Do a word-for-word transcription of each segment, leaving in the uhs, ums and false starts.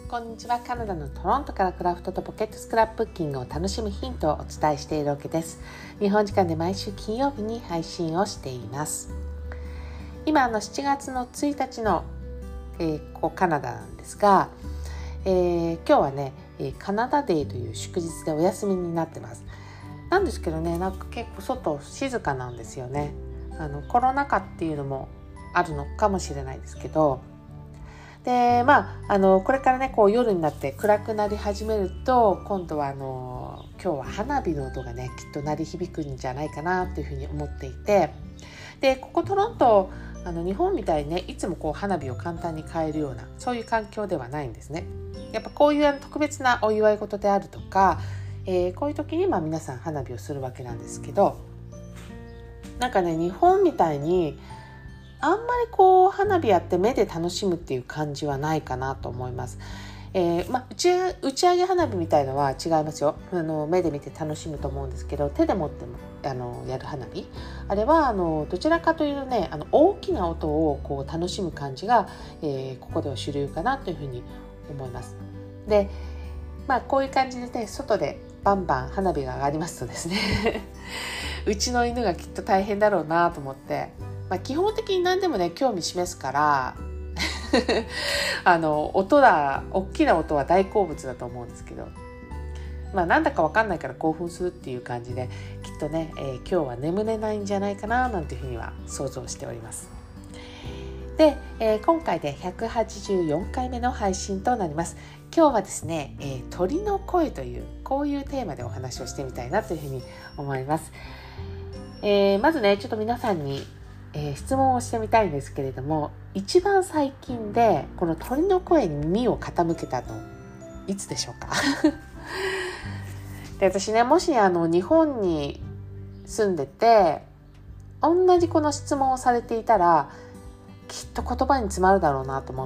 こんにちは。カナダのトロントからクラフトとポケットスクラップブッキングを楽しむヒントをお伝えしているわけです。日本時間で毎週金曜日に配信をしています。今あのしちがつのついたちの、えー、ここカナダなんですが、えー、今日はねカナダデーという祝日でお休みになってます。なんですけどね、なんか結構外静かなんですよね。あのコロナ禍っていうのもあるのかもしれないですけど、でまあ、あのこれからねこう夜になって暗くなり始めると、今度はあの今日は花火の音がねきっと鳴り響くんじゃないかなというふうに思っていて、でここトロントあの日本みたいにねいつもこう花火を簡単に買えるようなそういう環境ではないんですね。やっぱこういう特別なお祝い事であるとか、えー、こういう時にまあ皆さん花火をするわけなんですけど、なんかね日本みたいにあんまりこう花火やって目で楽しむっていう感じはないかなと思います。えーまあ、打ち打ち上げ花火みたいのは違いますよ。あの目で見て楽しむと思うんですけど、手で持ってもあのやる花火、あれはあのどちらかというとねあの大きな音をこう楽しむ感じが、えー、ここでは主流かなというふうに思います。で、まあ、こういう感じでね外でバンバン花火が上がりますとですねうちの犬がきっと大変だろうなと思って、まあ、基本的に何でもね興味示すからあの音だ大きな音は大好物だと思うんですけど、まあ、なんだか分かんないから興奮するっていう感じできっとね、えー、今日は眠れないんじゃないかななんていうふうには想像しております。で、えー、今回でひゃくはちじゅうよんかいめの配信となります。今日はですね、えー、鳥の声というこういうテーマでお話をしてみたいなというふうに思います。えー、まずねちょっと皆さんにえー、質問をしてみたいんですけれども、一番最近でこの鳥の声に耳を傾けたのいつでしょうかで私ねもしあの日本に住んでて同じこの質問をされていたらきっと言葉に詰まるだろうなと思って、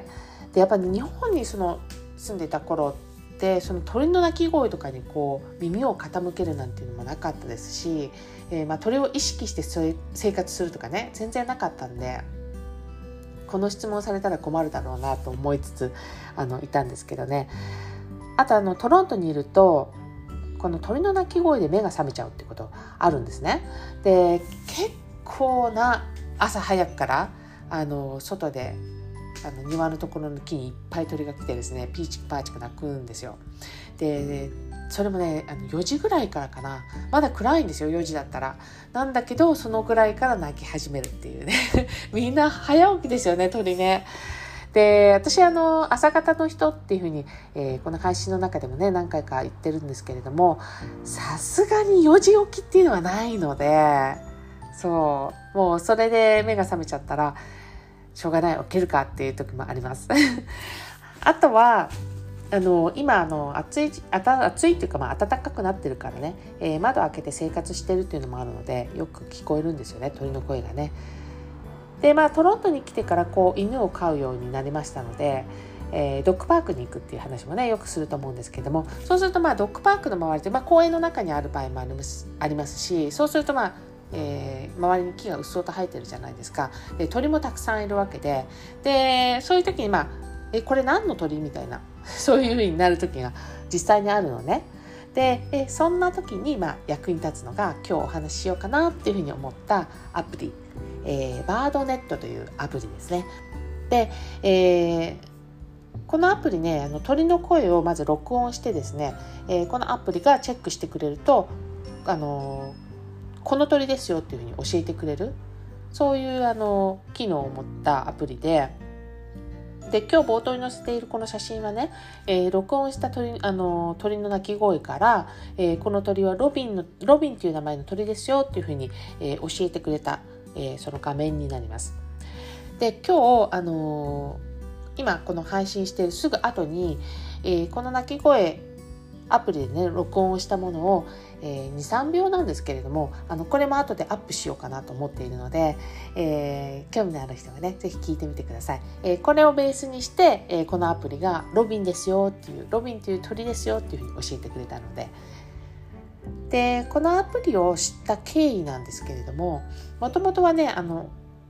でやっぱり日本にその住んでいた頃でその鳥の鳴き声とかにこう耳を傾けるなんていうのもなかったですし、えーまあ、鳥を意識して生活するとかね全然なかったんで、この質問されたら困るだろうなと思いつつあのいたんですけどね。あとあのトロントにいるとこの鳥の鳴き声で目が覚めちゃうってことあるんですね。で結構な朝早くからあの外であの庭のところの木にいっぱい鳥が来てですねピーチクパーチク鳴くんですよ。でそれもねあのよじぐらいからかな、まだ暗いんですよよじだったら。なんだけどそのぐらいから鳴き始めるっていうねみんな早起きですよね鳥ね。で私あの朝方の人っていう風に、えー、この配信の中でもね何回か言ってるんですけれども、さすがによじ起きっていうのはないので、そうもうそれで目が覚めちゃったらしょうがない起きるかっていう時もありますあとはあの今あの暑いあた暑いっていうか、まあ、暖かくなってるからね、えー、窓開けて生活してるっていうのもあるのでよく聞こえるんですよね鳥の声がね。でまあトロントに来てからこう犬を飼うようになりましたので、えー、ドッグパークに行くっていう話もねよくすると思うんですけども、そうするとまあドッグパークの周りで、まあ、公園の中にある場合もあります、ありますし、そうするとまあえー、周りに木がうっそうと生えてるじゃないですか。で鳥もたくさんいるわけで、でそういう時にまあえこれ何の鳥みたいなそういう風になる時が実際にあるのね。でえそんな時にまあ役に立つのが今日お話ししようかなっていう風に思ったアプリ、えー、バードネットというアプリですね。で、えー、このアプリねあの鳥の声をまず録音してですね、えー、このアプリがチェックしてくれるとあのーこの鳥ですよっていうふうに教えてくれる、そういうあの機能を持ったアプリで、で今日冒頭に載せているこの写真はね、えー、録音した鳥、あの鳥の鳴き声から、えー、この鳥はロビンのロビンという名前の鳥ですよっていうふうに、えー、教えてくれた、えー、その画面になります。で今日あのー、今この配信しているすぐ後に、えー、この鳴き声アプリでね録音をしたものを、えー、にさんびょうなんですけれども、あのこれも後でアップしようかなと思っているので、えー、興味のある人がねぜひ聞いてみてください。えー、これをベースにして、えー、このアプリがロビンですよっていうロビンという鳥ですよっていうふうに教えてくれたので、でこのアプリを知った経緯なんですけれども、もともとはねあの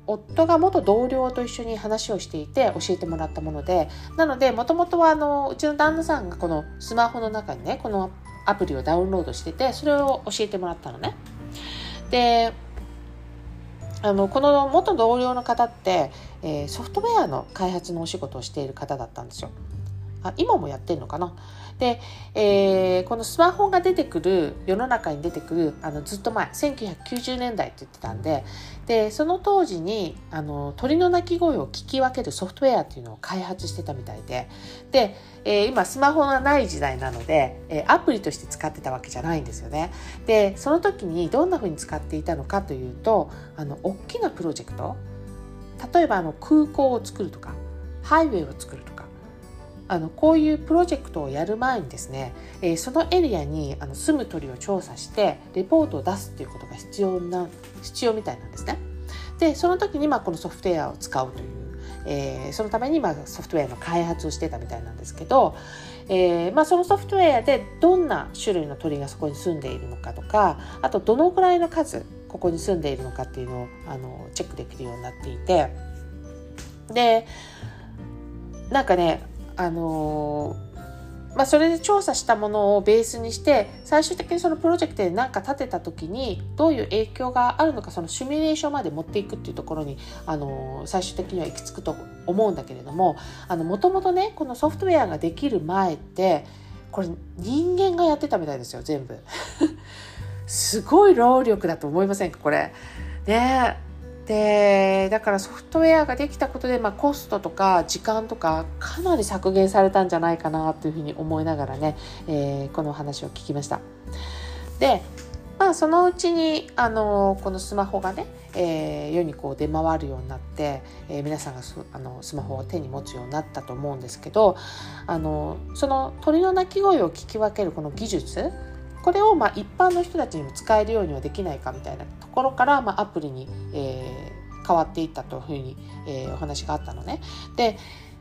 夫が元同僚と一緒に話をしていて教えてもらったもので、なのでもともとはあのうちの旦那さんがこのスマホの中にねこのアプリをダウンロードしてて、それを教えてもらったのね。であのこの元同僚の方って、えー、ソフトウェアの開発のお仕事をしている方だったんですよ。あ今もやってるのかな。で、えー、このスマホが出てくる世の中に出てくるあのずっと前せんきゅうひゃくきゅうじゅうねんだいって言ってたんで、でその当時にあの鳥の鳴き声を聞き分けるソフトウェアっていうのを開発してたみたいで、で、えー、今スマホがない時代なので、えー、アプリとして使ってたわけじゃないんですよね。でその時にどんな風に使っていたのかというと、あの大きなプロジェクト、例えばあの空港を作るとかハイウェイを作るとか、あのこういうプロジェクトをやる前にですね、えー、そのエリアにあの住む鳥を調査してレポートを出すっていうことが必要な必要みたいなんですね。でその時にまあこのソフトウェアを使うという、えー、そのためにまあソフトウェアの開発をしてたみたいなんですけど、えーまあ、そのソフトウェアでどんな種類の鳥がそこに住んでいるのかとか、あとどのくらいの数ここに住んでいるのかっていうのをあのチェックできるようになっていて、でなんかねあのーまあ、それで調査したものをベースにして最終的にそのプロジェクトで何か立てた時にどういう影響があるのか、そのシミュレーションまで持っていくっていうところに、あのー、最終的には行き着くと思うんだけれども、もともとねこのソフトウェアができる前ってこれ人間がやってたみたいですよ全部すごい労力だと思いませんかこれね。でだからソフトウェアができたことで、まあ、コストとか時間とかかなり削減されたんじゃないかなというふうに思いながらね、えー、この話を聞きました。で、まあ、そのうちにあのこのスマホがね、えー、世にこう出回るようになって、えー、皆さんがあのスマホを手に持つようになったと思うんですけど、あのその鳥の鳴き声を聞き分けるこの技術、これをまあ一般の人たちにも使えるようにはできないかみたいなところから、まあ、アプリに、えー、変わっていったというふうに、えー、お話があったのね。で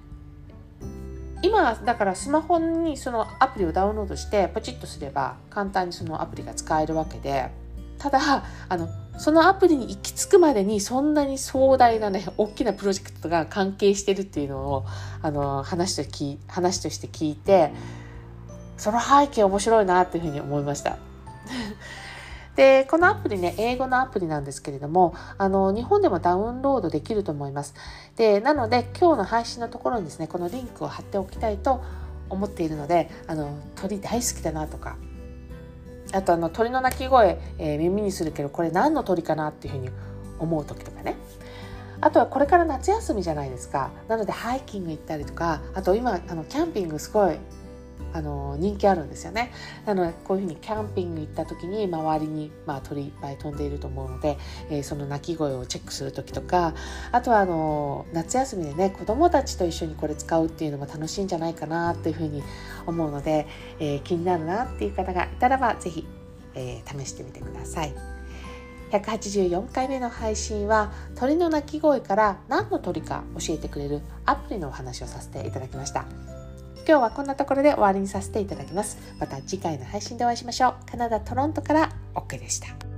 今だからスマホにそのアプリをダウンロードしてポチッとすれば簡単にそのアプリが使えるわけで、ただあのそのアプリに行き着くまでにそんなに壮大なね大きなプロジェクトが関係してるっていうのをあの話と聞話として聞いて、その背景面白いなっていうふうに思いましたでこのアプリね英語のアプリなんですけれども、あの日本でもダウンロードできると思います。でなので今日の配信のところにですねこのリンクを貼っておきたいと思っているので、あの鳥大好きだなとか、あとあの鳥の鳴き声、えー、耳にするけどこれ何の鳥かなっていうふうに思う時とかね、あとはこれから夏休みじゃないですか。なのでハイキング行ったりとか、あと今あのキャンピングすごいあの人気あるんですよね。なのでこういうふうにキャンピング行った時に周りに、まあ、鳥いっぱい飛んでいると思うので、えー、その鳴き声をチェックする時とか、あとはあの夏休みでね子どもたちと一緒にこれ使うっていうのも楽しいんじゃないかなっていうふうに思うので、えー、気になるなっていう方がいたらばぜひ、えー、試してみてください。ひゃくはちじゅうよんかいめの配信は鳥の鳴き声から何の鳥か教えてくれるアプリのお話をさせていただきました。今日はこんなところで終わりにさせていただきます。また次回の配信でお会いしましょう。カナダ・トロントから OK でした。